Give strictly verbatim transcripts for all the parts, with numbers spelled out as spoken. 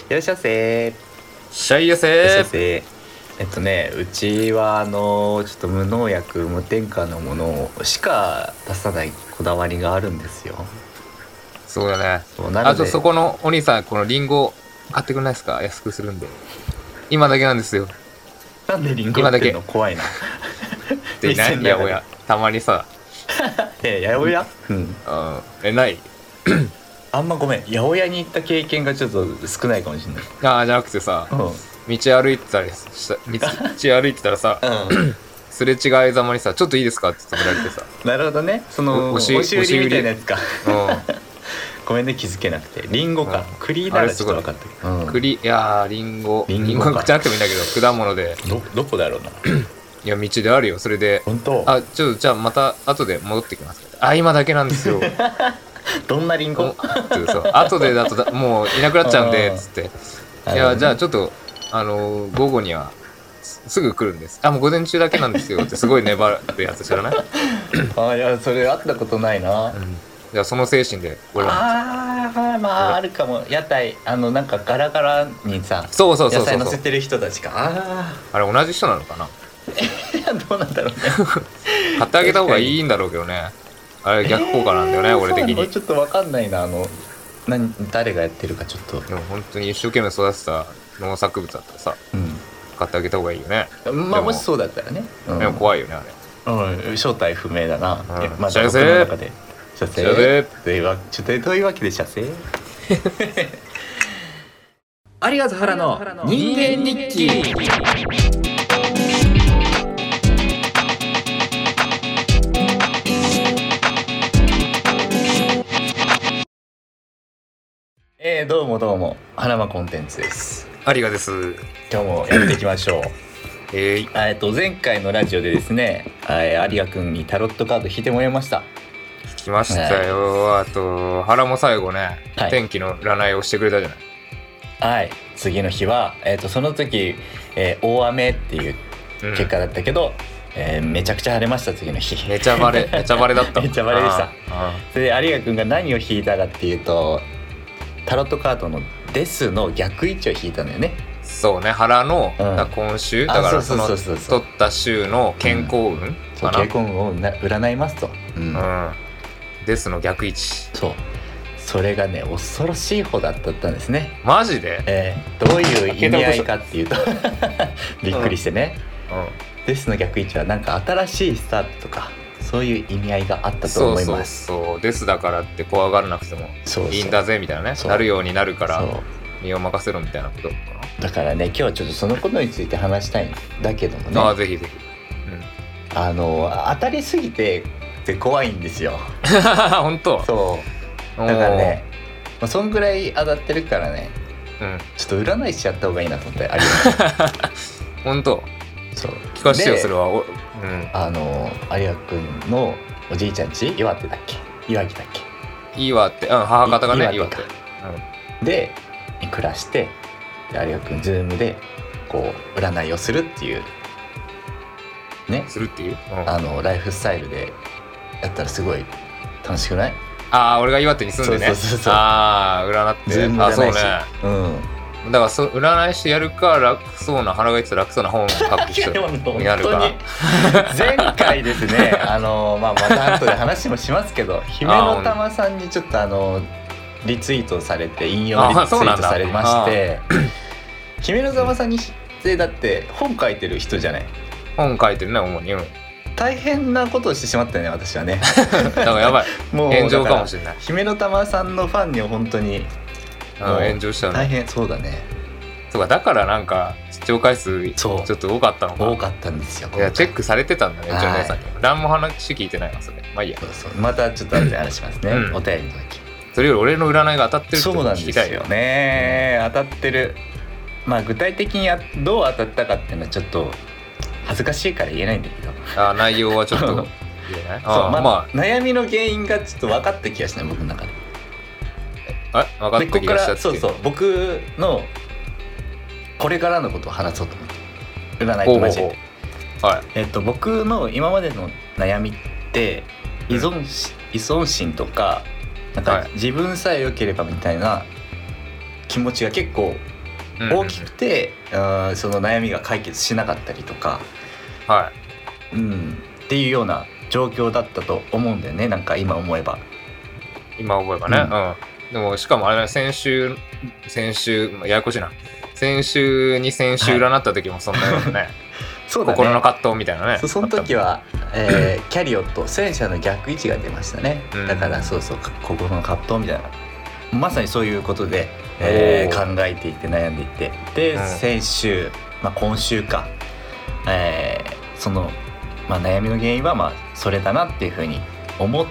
いらっしゃいませ。 シャイやいらっしゃいせませ。えっとね、うちはあのちょっと無農薬無添加のものしか出さないこだわりがあるんですよ。 そうだね。 そうなのであとそこのお兄さん、このリンゴ買ってくれないですか？安くするんで。今だけなんですよ。 なんでリンゴ売ってんの？怖いな。 でいない店の中でいやおやたまにさ、 えやおや、うん、 うん、えないあんまごめん、八百屋に行った経験がちょっと少ないかもしれない。 あーじゃなくてさ、 うん道歩いてたりした道道歩いてたらさ、 うんすれ違いざまにさ、ちょっといいですかって止められてさ、 なるほどね。そのお押し押し売りみたいなやつか。 うごめんね、気づけなくて。リンゴか、 うん栗ならちょっと分かったけど、うんん、栗、いやーリンゴリンゴかリンゴじゃなくてもいいんだけど、果物で、 どどこだろうな。 いや道であるよ。それで、 本当？ あちょっとじゃあまた後で戻ってきます。あ今だけなんですよ。 どんなリンゴ？ おそう後でだとだもういなくなっちゃうんでつっていやじゃあちょっとあのー、午後にはすすぐ来るんです。あもう午前中だけなんですよってすごい粘るやつ知らない？ あいやそれ会ったことないな。 うん、じゃあその精神で俺はあーまああるかも。屋台あのなんかガラガラにさそうそうそう野菜そうそう乗せてる人たちか。ああれ同じ人なのかな？ ーどうなんだろうね。 買ってあげた方がいいんだろうけどね。あれ逆効果なんだよね、 えー俺的に。 そうなの？ちょっと分かんないな。あの何誰がやってるかちょっと。 でも本当に一生懸命育てた農作物だったらさ買ってあげた方がいいよね。 うんまあもしそうだったらね、うん、 でも怖いよねあれ。 うん、正体不明だな。 うんいやまだ射精僕の中で射精射精というわちょっとどういうわけで射精有賀原の人間日記。 えー、どうもどうも花間コンテンツです。 有賀です。 今日もやっていきましょう。 えー、 えっと前回のラジオでですね、えー有賀くんにタロットカード引いてもらいました。 聞きましたよ。あと原も最後ね、 はい、 天気の占いをしてくれたじゃない。 はい、次の日は、えー、とその時、えー大雨っていう結果だったけど、うんえー、めちゃくちゃ晴れました。次の日めちゃ晴れめちゃ晴れだった。 めちゃ晴れでした。 あそれで有賀くんが何を引いたかっていうとタロットカードのデスの逆位置を引いたのよね。 そうね、原の、 うん、 だ今週だからその取った週の健康運、うん、 そう健康運をな占いますと、うんうん、デスの逆位置。 そうそれがね恐ろしいほどだったんですね。 マジで、 えー、どういう意味合いかっていうとびっくりしてね、 うんうん、 デスの逆位置はなんか新しいスタートとかそういう意味合いがあったと思います。 そうそうそう、デスだからって怖がらなくてもいいんだぜみたいなね。なるようになるから身を任せろみたいなことかな。 だからね今日はちょっとそのことについて話したいんだけどもね。 ああぜひぜひ、 うん、あの当たりすぎてって怖いんですよ。 本当？ そうだからね、まあ、そんぐらい当たってるからね、うん、ちょっと占いしちゃった方がいいなと思ってあります本当？ そう聞かせてよそれは。お、うん、 あの有賀くんのおじいちゃん家岩手だっけ岩木だっけ岩手、うん、母方がね岩手か、うん、で暮らして有賀くんズームでこう占いをするっていうねするっていう、うん、 あのライフスタイルでやったらすごい楽しくない？ ああ俺が岩手に住んでね。 そうそうそうそう、 ああ占ってズーム占い師、 あそうね、 うん、 だからそ占い師やるか楽そうな原が言ってた楽そうな本書く人になるか前回ですねあの、まあ、また後で話もしますけど姫の玉さんにちょっとあのリツイートされて引用リツイートされまして姫の玉さんにしてだって本書いてる人じゃない。 本書いてるね主に、うん、 大変なことをしてしまったよね私はねだからやばいもう炎上かもしれない。 姫の玉さんのファンには本当に炎上しちゃうね。 大変そうだね。 そうかだからなんか視聴回数ちょっと多かったのか。 多かったんですよ。 いやチェックされてたんだねうちの姉さんに。何も話聞いてないわそれ。まあいいや。 そうそうまたちょっと後で話しますね、うん、お便りの時。 それより俺の占いが当たってるってこと聞きたいよ。 そうなんですよね、うん、当たってる。まあ具体的にどう当たったかっていうのはちょっと恥ずかしいから言えないんだけどあ内容はちょっと言えないそうまあ、まあ、悩みの原因がちょっと分かった気がしない僕の中で。 え分かった気がしちゃって。 そうそう僕のこれからのことを話そうと思って占いと交えて、はいえー、と僕の今までの悩みって依存、うん、依存心とかなんか自分さえ良ければみたいな気持ちが結構大きくて、うんうん、その悩みが解決しなかったりとか、 はい、 うん、っていうような状況だったと思うんだよね。なんか今思えば今思えばね、うんうん、でもしかもあれ先週先週ややこしいな先週に先週占った時もそんなようなね、はい、そうだね、心の葛藤みたいなね。 そ, その時は、えー、キャリオット戦車の逆位置が出ましたね、うん、だからそうそう心の葛藤みたいなまさにそういうことで、えー、考えていて悩んでいてで、うん、先週、まあ、今週か、えー、その、まあ、悩みの原因はまあそれだなっていうふうに思って、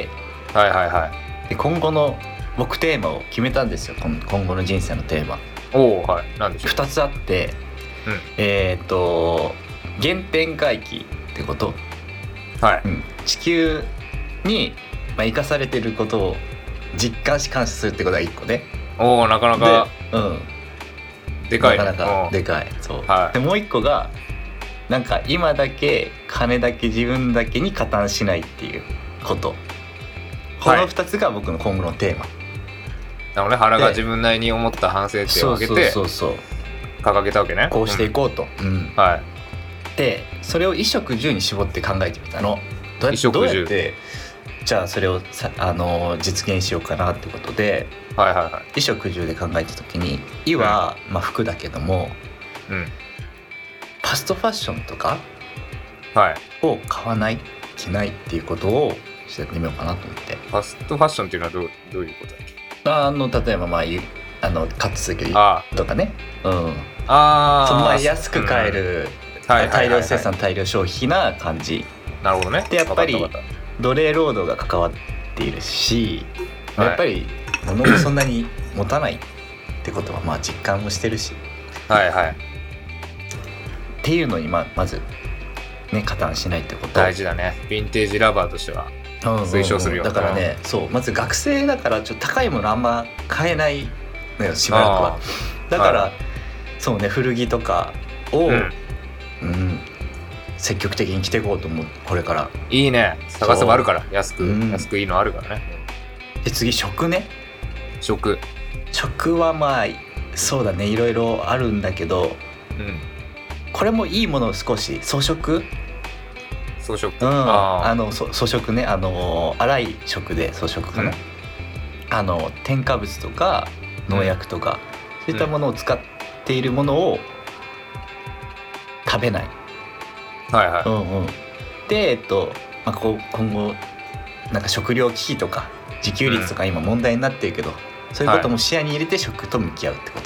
はいはいはい、 で今後の僕テーマを決めたんですよ。今後の人生のテーマ。 おー、はい、何でしょう。ふたつあって、うん、えっ、ー、と原点回帰ってこと、 はい、 うん、地球に、まあ、生かされていることを実感し感謝するってことがいっこね。 おお、なかなかで、うん、 でかい、ね、 なかなかでかい。そう、 はい、 でもういっこがなんか今だけ金だけ自分だけに加担しないっていうこと、このふたつが僕の今後のテーマ。 なので原が自分なりに思った反省点を挙げて掲げたわけね。 こうしていこうと、うんうん、 はい、 でそれを衣食住に絞って考えてみたの。どうやってどうやってじゃあそれをさあの実現しようかなってことで、 はいはいはい、 衣食住で考えた時に衣は、うん、まあ、服だけども、うん、ファストファッションとかを買わない、着ないっていうことをやってみようかなと思って。 ファストファッションっていうのはどう、どういうことだっけ。 あの例えばまああのカットするとかね、うん、 あそのまあ安く買える、うん、はい、大量生産大量消費な感じ。 なるほどね。 でやっぱり奴隷労働が関わっているし、はい、やっぱり物もそんなに持たないってことはまあ実感もしてるし、 はいはい、 っていうのに ま, まずね加担しないってこと大事だね。ヴィンテージラバーとしては推奨するよ、 うんうんうん、だからね、そうまず学生だからちょっと高いものあんま買えないのよしばらくは。だから、はい、そうね古着とかを、うんうん、積極的に着ていこうと思う。これからいいね。探せばあるから安く、うん、安くいいのあるからね。 で次食ね。 食食はまあそうだねいろいろあるんだけど、うん、これもいいものを少し装飾装飾、 うん、ああの装飾ね、あの粗い食で装飾かな、うん、あの添加物とか農薬とか、うん、そういったものを使っているものを食べない、 はいはい、 うんうん、でえっと、まあ、こう今後なんか食料危機とか自給率とか今問題になってるけど、うん、そういうことも視野に入れて食と向き合うってこと、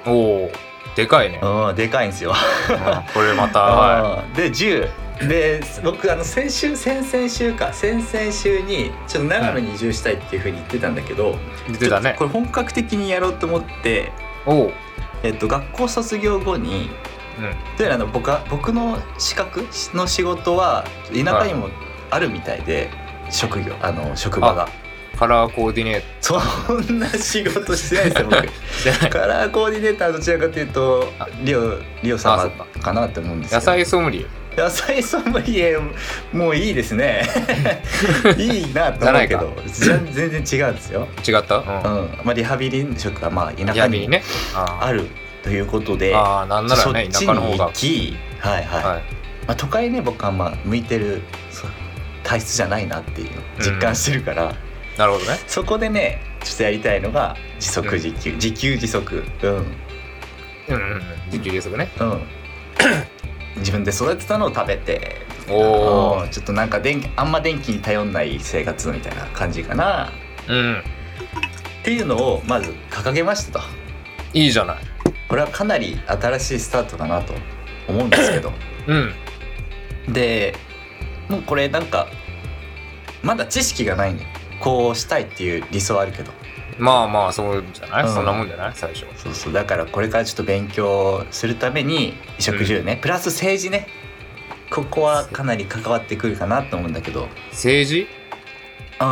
はい、おーでかいね。 うんでかいんですよこれまた、はい、でじゅうで僕あの先週先々週か先々週にちょっと長野に移住したいっていう風に言ってたんだけど、 言ってたね。 これ本格的にやろうと思って、 おえっと、学校卒業後に、うん、というのは僕は僕の資格の仕事は田舎にもあるみたいで、はい、職業あの職場がカラーコーディネーターそんな仕事してないですよ僕カラーコーディネーターどちらかというとリオリオ様かなって思うんですけど。 野菜ソムリエ野菜ソムリエもういいですねいいなと思うけど全然違うんですよ。 違った、うんうんまあ、リハビリ職はまあ田舎にあるということで、 あなんならねそっちに行き、はいはい、はいまあ、都会ね僕はまあ向いてる体質じゃないなっていうのを実感してるから、うん、 なるほどね。 そこでねちょっとやりたいのが自足自給、うん、自給自足、うん、うんうんうん自給自足ね、 うん自分で育てたのを食べて、 おちょっとなんか電気あんま電気に頼んない生活みたいな感じかな、 うん、 っていうのをまず掲げましたと。 いいじゃない。 これはかなり新しいスタートだなと思うんですけど、 うん、 でもうこれなんかまだ知識がないね。こうしたいっていう理想はあるけど、 まあまあそうじゃない、うん、そんなもんじゃない最初。 そうそうだからこれからちょっと勉強するために衣食住ね、うん、プラス政治ね、ここはかなり関わってくるかなと思うんだけど。 政治、 うん、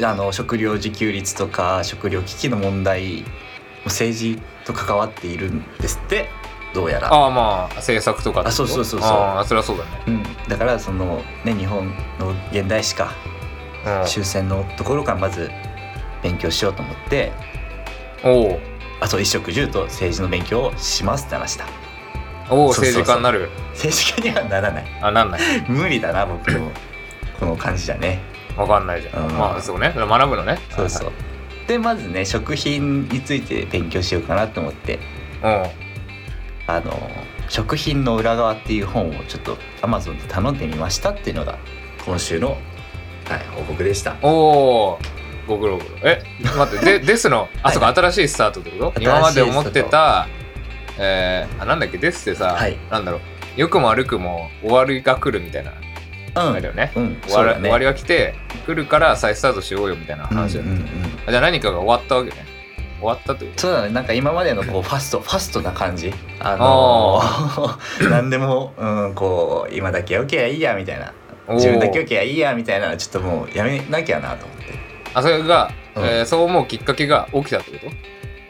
あの食料自給率とか食料危機の問題政治と関わっているんですってどうやら。 ああまあ政策とか。 あそうそうそうそう。 ああそれはそうだね、 うん、だからそのね日本の現代史か、うん、終戦のところからまず勉強しようと思って。 おあと衣食住と政治の勉強をしますって話だ。 おお、政治家になる。 政治家にはならない。 あ、なんない。 無理だな僕のこの感じだね。 わかんないじゃん、うん、まあそうね、学ぶのね。 そうそう、はい、でまずね食品について勉強しようかなと思って、 うん、 あの食品の裏側っていう本をちょっと Amazon で頼んでみましたっていうのが今週の、はい、報告でした。 おお、ご苦労ご苦労。え待ってでですのあ、はい、そうか、新しいスタートってこと？今まで思ってた、えー、あ、なんだっけ、ですってさ、はい、なんだろう、良くも悪くも終わりが来るみたいな、うん、だよね、うん、終わ、ね、終わりが来て来るから再スタートしようよみたいな話だよね、うんうんうん、じゃあ何かが終わったわけね。終わったってこと？ そうだね、なんか今までのこうファストファストな感じ、あのー、何でも、うん、こう今だけ OK やいいやみたいな、自分だけ OK やいいやみたいな、ちょっともうやめなきゃなと思って。 あ、それが、うん、えー、そう思うきっかけが起きたってこと？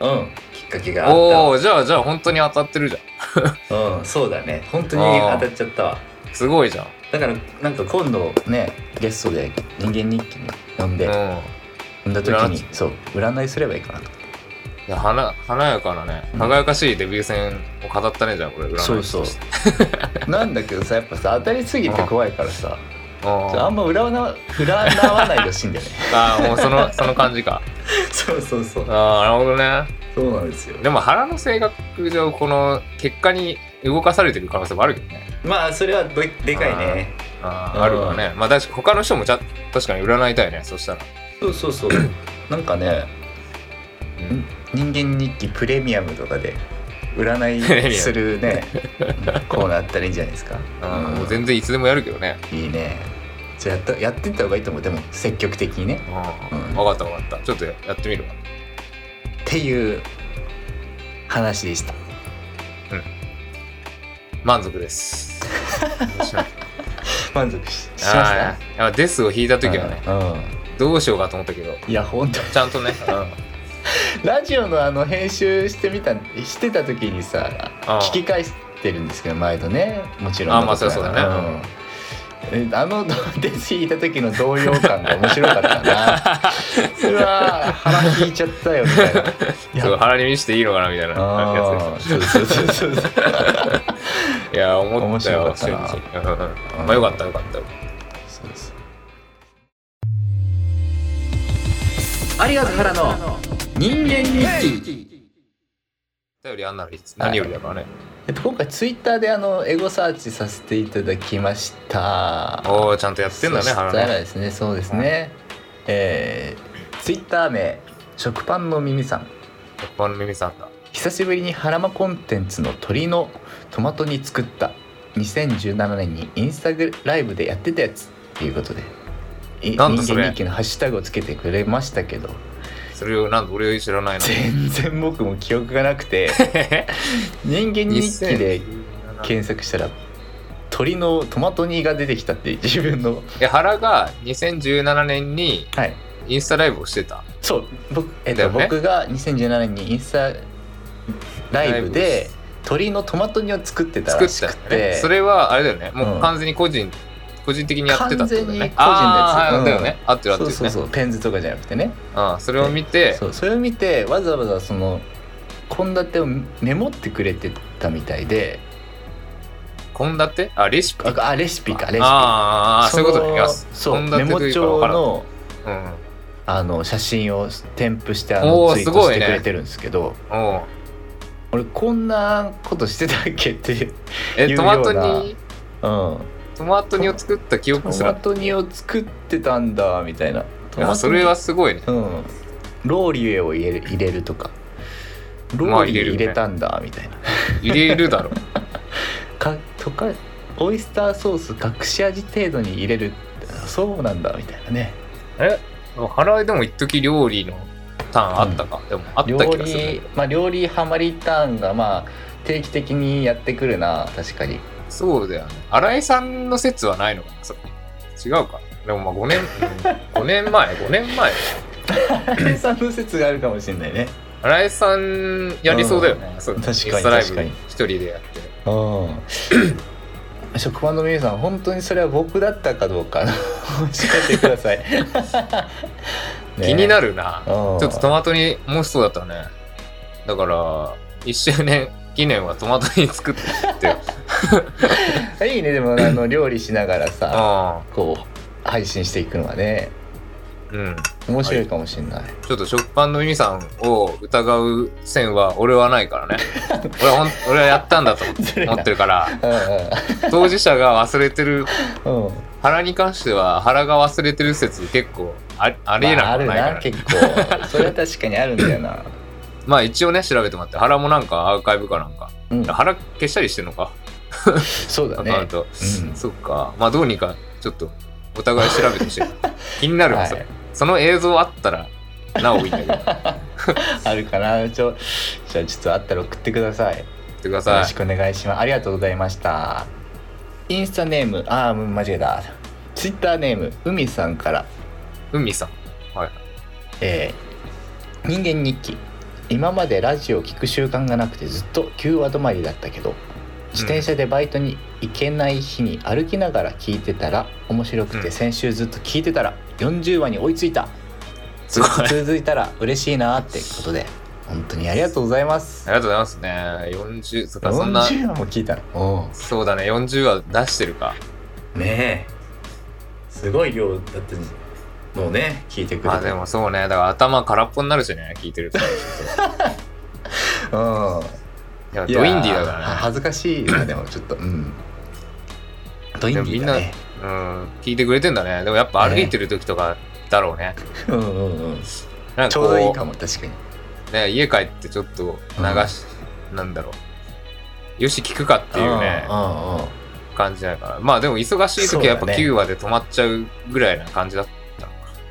うん、きっかけがあった。 おお、じゃあじゃあ本当に当たってるじゃん。うん、そうだね、本当に当たっちゃったわ。 すごいじゃん。 だからなんか今度ねゲストで人間日記に呼んで、うん、呼んだ時にそう占いすればいいかなと。 いや、華やかなね、輝かしいデビュー戦を語ったね、じゃあこれ占い。 そうそうなんだけどさ、やっぱさ当たりすぎて怖いからさ、あんま占わ占わないでほしいんだよね。 ああ、もうそのその感じか。 そうそうそう。 ああ、なるほどね。 そうなんですよ。 でも腹の性格上この結果に動かされてる可能性もあるけどね。 まあそれは で, でかいね。 ああ、あるわね。まあ確か他の人もちゃ確かに占いたいね。そしたら。 そうそうそう。なんかね、うん、人間日記プレミアムとかで占いするねコーナーあったらいいんじゃないですか。 うん、もう全然いつでもやるけどね。 いいね。じゃあやったやってった方がいいと思う。でも積極的にね。 うん、分かった分かった。ちょっとやってみるわ。 っていう話でした。 うん。満足です。 満足 し, しました。 やっぱデスを引いた時はね、うんうん、どうしようかと思ったけど、 いや本当にちゃんとね、 うん、ラジオのあの編集してみたしてた時にさ、聞き返してるんですけど、前とね、もちろん。 あ、まあそうそうだね。 うん、あのデス引いた時の動揺感が面白かったな。うわ腹引いちゃったよみたいな。 そう、腹に見せていいのかなみたいなやつ。そうそうそうそう。いや思ったよ。面白かったな。まあよかったよかった。そうです。 有賀原の人間日記。 頼りあんならいいです。何よりだからね。 えっと、今回ツイッターであのエゴサーチさせていただきました。 おお、ちゃんとやってんだね。 そしたらですね、そうですね、うん、えー、ツイッター名食パンの耳さん。 食パンの耳さんだ。 久しぶりにハラマコンテンツの鶏のトマトに作ったにせんじゅうななねんにインスタライブでやってたやつっていうことで、 なんだそれ、 人間日記のハッシュタグをつけてくれましたけど、 それをなんで俺知らないの。 全然僕も記憶がなくて人間日記で検索したら鳥のトマト煮が出てきたって、自分のえ原がにせんじゅうななねんにインスタライブをしてた、はい、 そう僕、えっとね、僕がにせんじゅうななねんにインスタライブで鳥のトマト煮を作ってたらしくて、ね、 それはあれだよね、もう完全に個人、うん、個人的にやってたってことだよね。 完全に個人のやつ、 うん、だよね。合ってる合ってる、ね、 そうそうそう、ペン図とかじゃなくてね。 ああ、それを見て、 そう、それを見てわざわざその献立をメモってくれてたみたいで。 献立？あ、レシピ。 あ、あレシピか、レシピ。 ああ、そういうことね。 そう、メモ帳の、うん、あの写真を添付してあのツイートしてくれてるんですけど、 お俺こんなことしてたっけっていうような。え、トマトに、 うん、 トマト煮を作った記憶すら。 トマト煮を作ってたんだみたいな。 いや、それはすごいね。 うん。ローリエを入れる、入れるとか。ローリエ入れたんだみたいな。まあ、 入れるだろ。 かとかオイスターソース隠し味程度に入れる。そうなんだみたいなね。 え、原井でも一時料理のターンあったか、うん、でもあった気がする。料理、 まあ料理ハマりターンがまあ定期的にやってくるな、確かに。 そうだよね。新井さんの説はないのかな、それ違うか。でもまあごねん、ごねんまえ、ごねんまえ。 新井さんの説があるかもしれないね。 新井さんやりそうだよね。うん、そう、 確かに確かに。 一人でやって。 うん。職場の皆さん、本当にそれは僕だったかどうか教えてください。ね、 気になるな。ちょっとトマトにもしそうだったらね。 だからいっしゅうねん記念はトマト煮作ってよいいね。でもあの料理しながらさこう配信していくのはね、うん、面白いかもしれない、はい、 ちょっと食パンのミミさんを疑う線は俺はないからね俺はほん俺はやったんだと思ってるからうん、当事者が忘れてる、うん、腹に関しては腹が忘れてる説結構 あ, ありえなくないから、ね、まあ、あるな結構それは確かにあるんだよなまあ一応ね調べてもらって腹もなんかアーカイブかなんか、うん、腹消したりしてんのかそうだねアカウント、 うん、そっかまあどうにかちょっとお互い調べてほしい気になるんですよ、はい、その映像あったらなおいいんだけどあるかな。ちょじゃあちょっとあったら送ってください。送ってください。 よろしくお願いします。ありがとうございました。インスタネームあー間違えたツイッターネーム海さんから。 海さん、はい。 えー、人間日記。今までラジオを聞く習慣がなくてずっときゅうわ止まりだったけど、自転車でバイトに行けない日に歩きながら聞いてたら面白くて、先週ずっと聞いてたらよんじゅうわに追いついた。ずっと続いたら嬉しいなってことで本当にありがとうございます。 ありがとうございますね。よんじゅうそっかそんなよんじゅうわも聞いたの。 そうだね、よんじゅうわ出してるかねえ、すごい量だってもうね聞いてくれて。 まあでもそうね、だから頭空っぽになるしね聞いてるとうんいやドインディーだからね。 恥ずかしいなでもちょっとうんドインディーだね。 みんな、うん、聞いてくれてんだね。でもやっぱ歩いてる時とかだろうね。 うんうんうん。なんかちょうどいいかも確かに。 ね、家帰ってちょっと流し、うん、なんだろう。よし聞くかっていうね、うんうん、感じだから。まあでも忙しい時はやっぱきゅうわで止まっちゃうぐらいな感じだった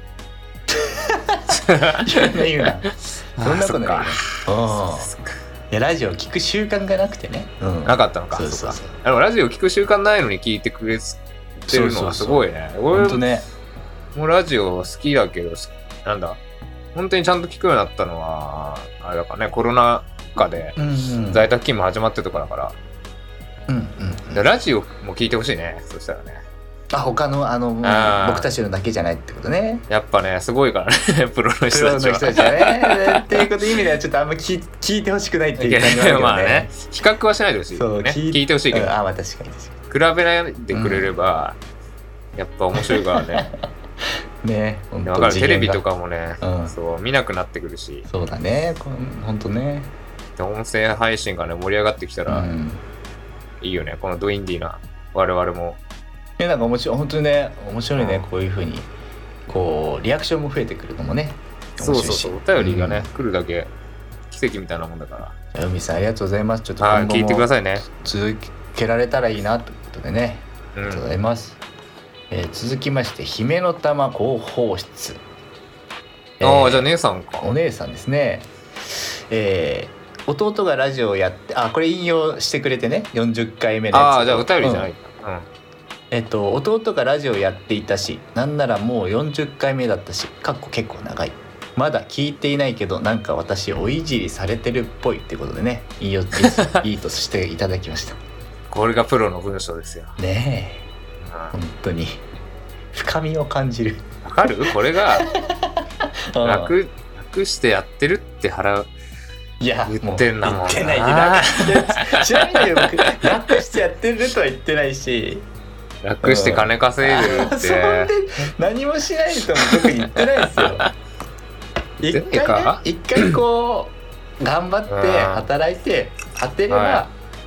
のか。 いやそんなことないよね。いやラジオ聞く習慣がなくてね、 うん、なかったのか。そうそうそう。でもラジオ聞く習慣ないのに聞いてくれてるのがすごいね。 そうそうそう俺 も, ねもうラジオ好きだけどなんだ本当にちゃんと聞くようになったのはあれだからね、コロナ禍で在宅勤務始まってたからから、うんうんうん、ラジオも聞いてほしいね。そしたらね、 あ他のあのあ僕たちのだけじゃないってことね。 やっぱねすごいからねプロの人たちは。プロの人たちはねっていうこと意味ではちょっとあんま 聞, 聞いてほしくないっていう感じはあるけどね。まあね比較はしないでほしい、ね、そう聞 い, 聞いてほしいけど、うん、 あまあ確かに確かに比べないでくれれば、うん、やっぱ面白いからねね分かる。テレビとかもね、うん、そう見なくなってくるし。 そうだねほんとね。 音声配信がね盛り上がってきたら、うん、いいよねこのドインディーな我々も。 いやなんか面白い本当にね面白いね、うん、こういう風にこうリアクションも増えてくるのもね。 そうそうそうお便りがね、うん、来るだけ奇跡みたいなもんだから。 海さんありがとうございます。ちょっと今後も聞いてくださいね。 続けられたらいいなということでね、ありがとうございます、うんえー、続きまして姫の玉広報室。 ああ、えー、じゃあ姉さんか。 お姉さんですね。えー、弟がラジオをやってあこれ引用してくれてねよんじゅっかいめのやつ。 ああじゃあお便りじゃないか、うんうんえっと、弟がラジオやっていたしなんならもうよんじゅっかいめだったしかっこ結構長いまだ聞いていないけどなんか私おいじりされてるっぽいってことでねいいよいいとしていただきました。 これがプロの文章ですよねえ、うん、本当に深みを感じる。 わかるこれが楽楽してやってるって腹いや言ってんなもんな。 言ってないちなみに僕楽してやってるとは言ってないし楽して金稼いでるって、うん、そんで何もしないとも特に言ってないですよ。一回ね一回こう頑張って働いて当てれば、はい、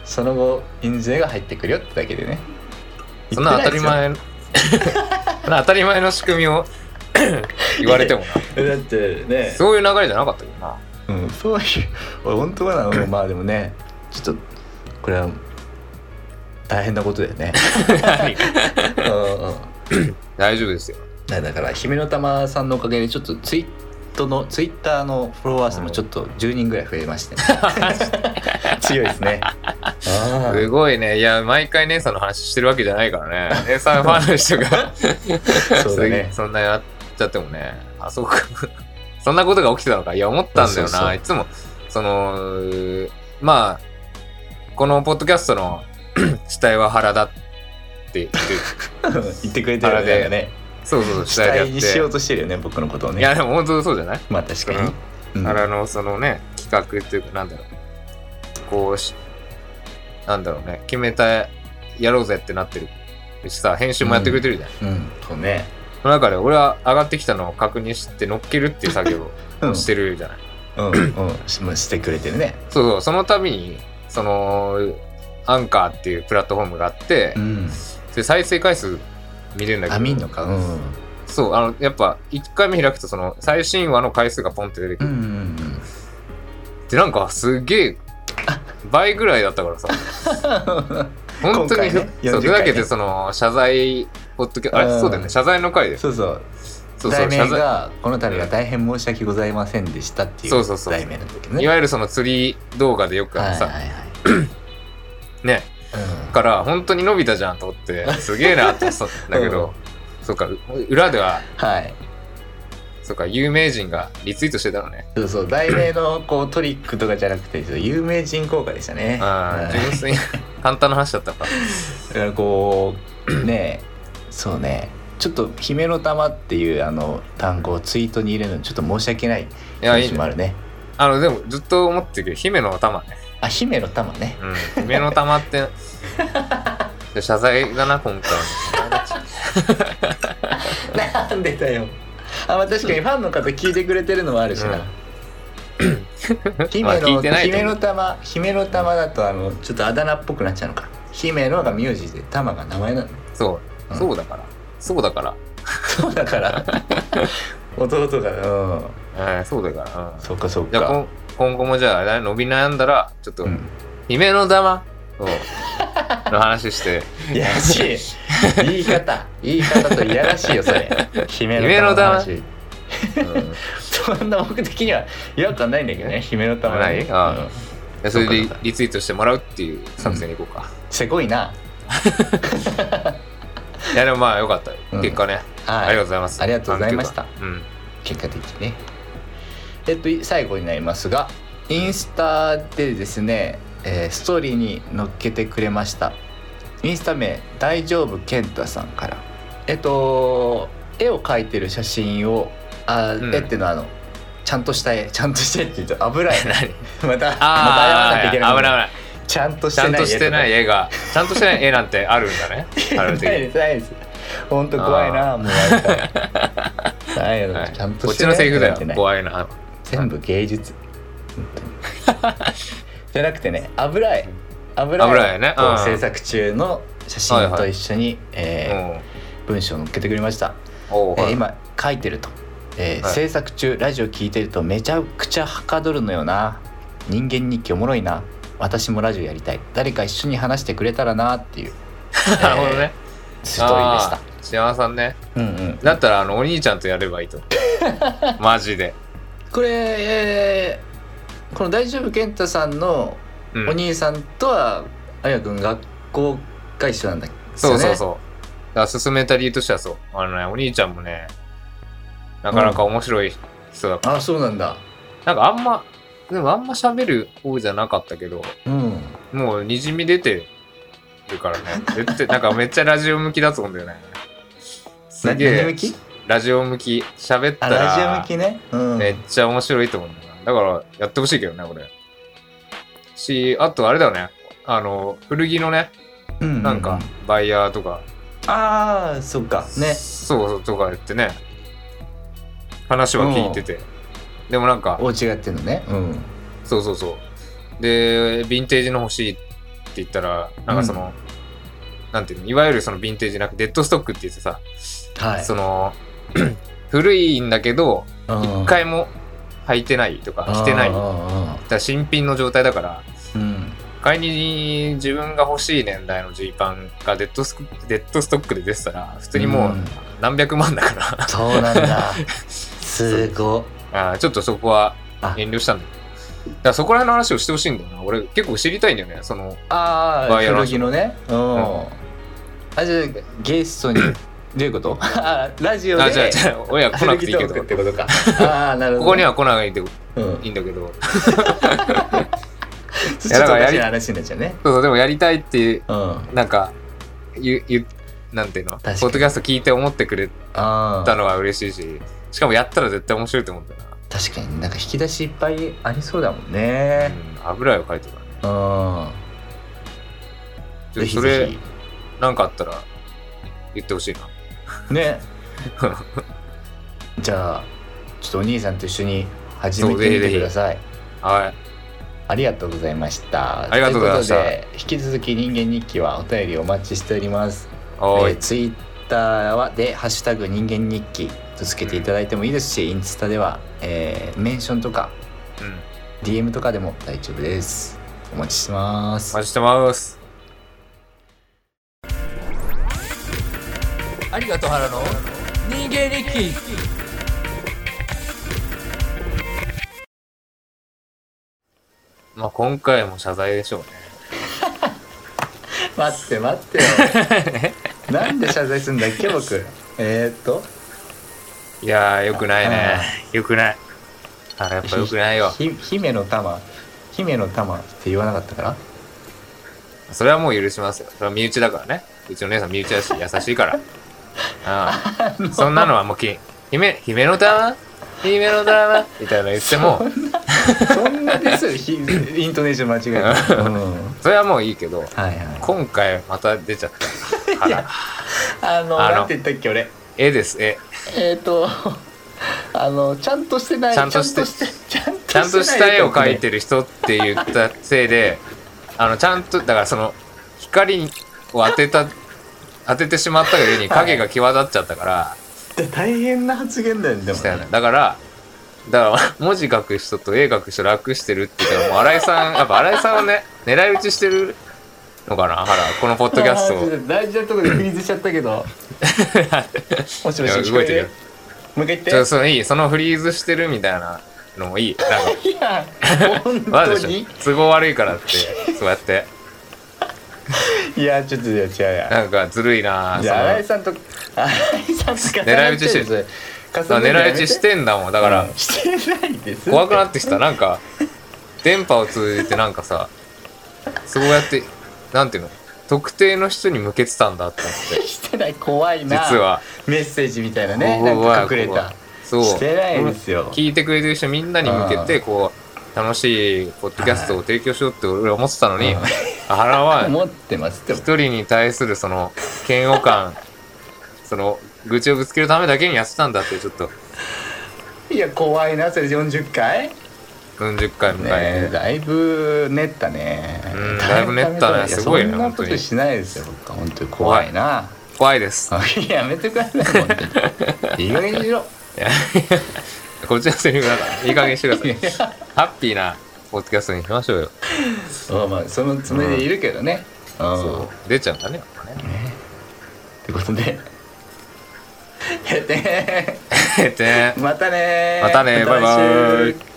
その後印税が入ってくるよってだけでね。 そんな当たり前当たり前の仕組みを言われてもなだってねそういう流れじゃなかったけどな。 うんそういう俺本当はなまあでもねちょっとこれは大変なことだよねうん、うん、大丈夫ですよ。 だから姫の玉さんのおかげでちょっとツイートのツイッターのフォロワー数もちょっとじゅうにんぐらい増えまして、ね、強いですね。あすごいね。いや毎回姉さんの話してるわけじゃないからね姉さんファンの人がそうだねそんなやっちゃってもねあそうかそんなことが起きてたのか。いや思ったんだよな。そうそうそういつもそのまあこのポッドキャストの主体は原田って言って言ってくれてるよ ね, ねそうそう主体にしようとしてるよね僕のことをね。 いやでも本当そうじゃない。 まあ確かに、うん、 うん、あれのそのね企画っていうかなんだろうこうしなんだろうね決めたやろうぜってなってるしさ編集もやってくれてるじゃん。うん、うん、 そうね。 その中で俺は上がってきたのを確認して乗っけるっていう作業をしてるじゃない。 うんうんうん、してくれてるね。 そうそうその度にそのアンカーっていうプラットフォームがあって、うん、で再生回数見れるんだけど。 あ見んのか。うん。 そうあのやっぱいっかいめ開くとその最新話の回数がポンって出てくる。うんうんうん、でなんかすげえ倍ぐらいだったからさ。本当に、ね、そうふざけてその謝罪ポッドキャあれそうだよね謝罪の回で。 そうそう。そうそう題名がこの度は大変申し訳ございませんでしたっていう題名なんだけどね。 いわゆるその釣り動画でよくあるさ、はいはいはい、ね、うん、から本当に伸びたじゃんと思ってすげえなと思ったんだけど、うん、そうか裏では、はい、そうか有名人がリツイートしてたのね。 そうそう題名のこうトリックとかじゃなくて有名人効果でしたね。 あ純粋に簡単な話だったか。 だからこうねそうね。ちょっと姫の玉っていうあの単語をツイートに入れるのちょっと申し訳ない気持ちもあるね。いやいいねあのでもずっと思ってるけど姫の玉ね。 あ姫の玉ね。 うん姫の玉って謝罪だな今回は。なんでだよ。あまあ確かにファンの方聞いてくれてるのもあるしな。うん、姫の姫の玉姫の玉だとあのちょっとあだ名っぽくなっちゃうのか。姫のが名字で玉が名前なの。 そう、うん、そうだから。そうだからそうだから弟がうん、 えー、そうだから、うん、 そうかそうか。 じゃあ今後もじゃあ伸び悩んだらちょっと、うん、姫の玉の話していやらしい言い方言い方といやらしいよそれ姫の玉の話、うん、そんな僕的には違和感ないんだけどね姫の玉ない、あうん、それでリツイートしてもらうっていう作戦にいこうか、うん、 せこいないやでもまあよかった、うん、結果ね、はい、ありがとうございますありがとうございました、うん、結果的にね。えっと最後になりますがインスタでですね、えー、ストーリーに載っけてくれましたインスタ名大丈夫健太さんからえっと絵を描いてる写真をあ、うん、絵っていうのはあのちゃんとした絵ちゃんとした絵って言うと油絵またまた謝らなきゃいけない危ない危ないちゃんとしてない絵ちゃんとしてない絵がちゃんとしてない絵なんてあるんだね。 ないですないです。本当怖いなもうやりたい。ないよ、はい、ちゃんとしてない。 こっちのセリフだよ。怖いな。 全部芸術。本当にじゃなくてね油絵油絵ね制作中の写真と一緒に、はいはいえー、文章を載っけてくれました。えー、今書いてると、えーはい、制作中ラジオ聞いてるとめちゃくちゃはかどるのよな。人間日記おもろいな。私もラジオやりたい誰か一緒に話してくれたらなっていうなるほどね、 えー、ストーリーでした。 幸せさんね、うんうん、だったらあのお兄ちゃんとやればいいとマジでこれ、えー、この大丈夫健太さんのお兄さんとはあやくん学校が一緒なんだっけ、ね、 そうそうそうだから進めた理由としてはそうあのねお兄ちゃんもねなかなか面白い人だから、 うん、あそうなんだなんかあんまでもあんま喋る方じゃなかったけど、うん、もうにじみ出てるからね絶対なんかめっちゃラジオ向きだと思うんだよねすげえ向きラジオ向き喋ったらラジオ向きね、うん、 めっちゃ面白いと思うんだよなだからやってほしいけどねこれしあとあれだよねあの古着のね、うんうんうん、なんかバイヤーとかああそっかねそうそうとか言ってね話は聞いてて、うんでもなんか大違ってんのね、うん、 そうそうそうでヴィンテージの欲しいって言ったらなんかその、うん、なんていうのいわゆるそのヴィンテージなくデッドストックって言ってさ、はい、その古いんだけど一回も履いてないとか着てないだから新品の状態だから、うん、買いに自分が欲しい年代のジーパンがデッドスデッドストックで出てたら普通にもう何百万だから、 うん、そうなんだすごっあちょっとそこは遠慮したんだけどだからそこら辺の話をしてほしいんだよな俺結構知りたいんだよねそのああ古着のねうん、うん、あじゃあゲストにどういうことラジオであじゃあじゃあ親来なくていいけどってことかあなるほど、ね、 ここには来ないで、うん、いいんだけどちょっとおかしい話になっちゃうねそうそうでもやりたいっていう、うん、なんかゆゆなんていうのポッドキャスト聞いて思ってくれたのは嬉しいししかもやったら絶対面白いと思うんだよな確かになんか引き出しいっぱいありそうだもんね、 うん、油絵を描いてるからね。うん。それなんかあったら言ってほしいなねじゃあちょっとお兄さんと一緒に始めてみてください。 はい、 ありがとうございました。 ありがとうございました。 ということで引き続き人間日記はお便りお待ちしております。 はい、 えー、ツイッターはでハッシュタグ人間日記とつけていただいてもいいですし、インスタでは、えー、メンションとか、うん、ディーエム とかでも大丈夫です。お待ちしてます。 お待ちしてます。 ありがとう原の人間日記。 まあ今回も謝罪でしょうね待って待ってよなんで謝罪するんだっけ僕。えー、っといやーよくないね。よくない。あれやっぱよくないよ。 ひ姫の玉姫の玉って言わなかったから。 それはもう許しますよ。それは身内だからね。うちの姉さん身内だし優しいからああそんなのはもうき姫姫の玉姫の玉みたいなの言ってもそんなですよイントネーション間違えた、うん、 それはもういいけど、はいはい、今回また出ちゃったいやあのなんて言ったっけ俺絵です絵えっ、ー、とあのちゃんとしてないちゃんとしてちゃんとした絵を描いてる人って言ったせいであのちゃんとだからその光を当てた当ててしまったがゆえに影が際立っちゃったから、はい、大変な発言だよね。でもねだからだから文字書く人と絵書く人楽してるって言ったらもう新井さんやっぱ新井さんをね狙い撃ちしてるのかな原このポッドキャストを大事なところでフリーズしちゃったけどもしもし動いてるよ。 もう一回言って。 ちょそのいいそのフリーズしてるみたいなのもいい。なんかいや本当に都合悪いからってそうやっていやちょっと違う違うなんかずるいな。 じゃあ新井さんと新井さんと狙い撃ちしてる狙い撃ちしてんだもんだから、うん、 してないです怖くなってきた。なんか電波を通じてなんかさそうやってなんていうの特定の人に向けてたんだって思ってしてない怖いな。 実はメッセージみたいなねなんか隠れたそうしてないですよ。 聞いてくれてる人みんなに向けてこう楽しいポッドキャストを提供しようって俺は思ってたのに原は一人に対するその嫌悪感その愚痴をぶつけるためだけにやってたんだってちょっといや怖いなそれよんじゅっかいよんじゅっかい迎え、 ね、だいぶ練ったね。 うんだいぶ練ったね。すごいね。 そんなことしないですよ僕は本当に怖いな。 怖いですやめてください本当にいい加減にしろこっちのセリフだからいい加減にしてくださいハッピーなポッドキャストにしましょうよ。 そうまあそのつもりでいるけどね、 うん、そう出ちゃうんだねやっぱね。 ってことでへてへてまたねまたねバイバイ。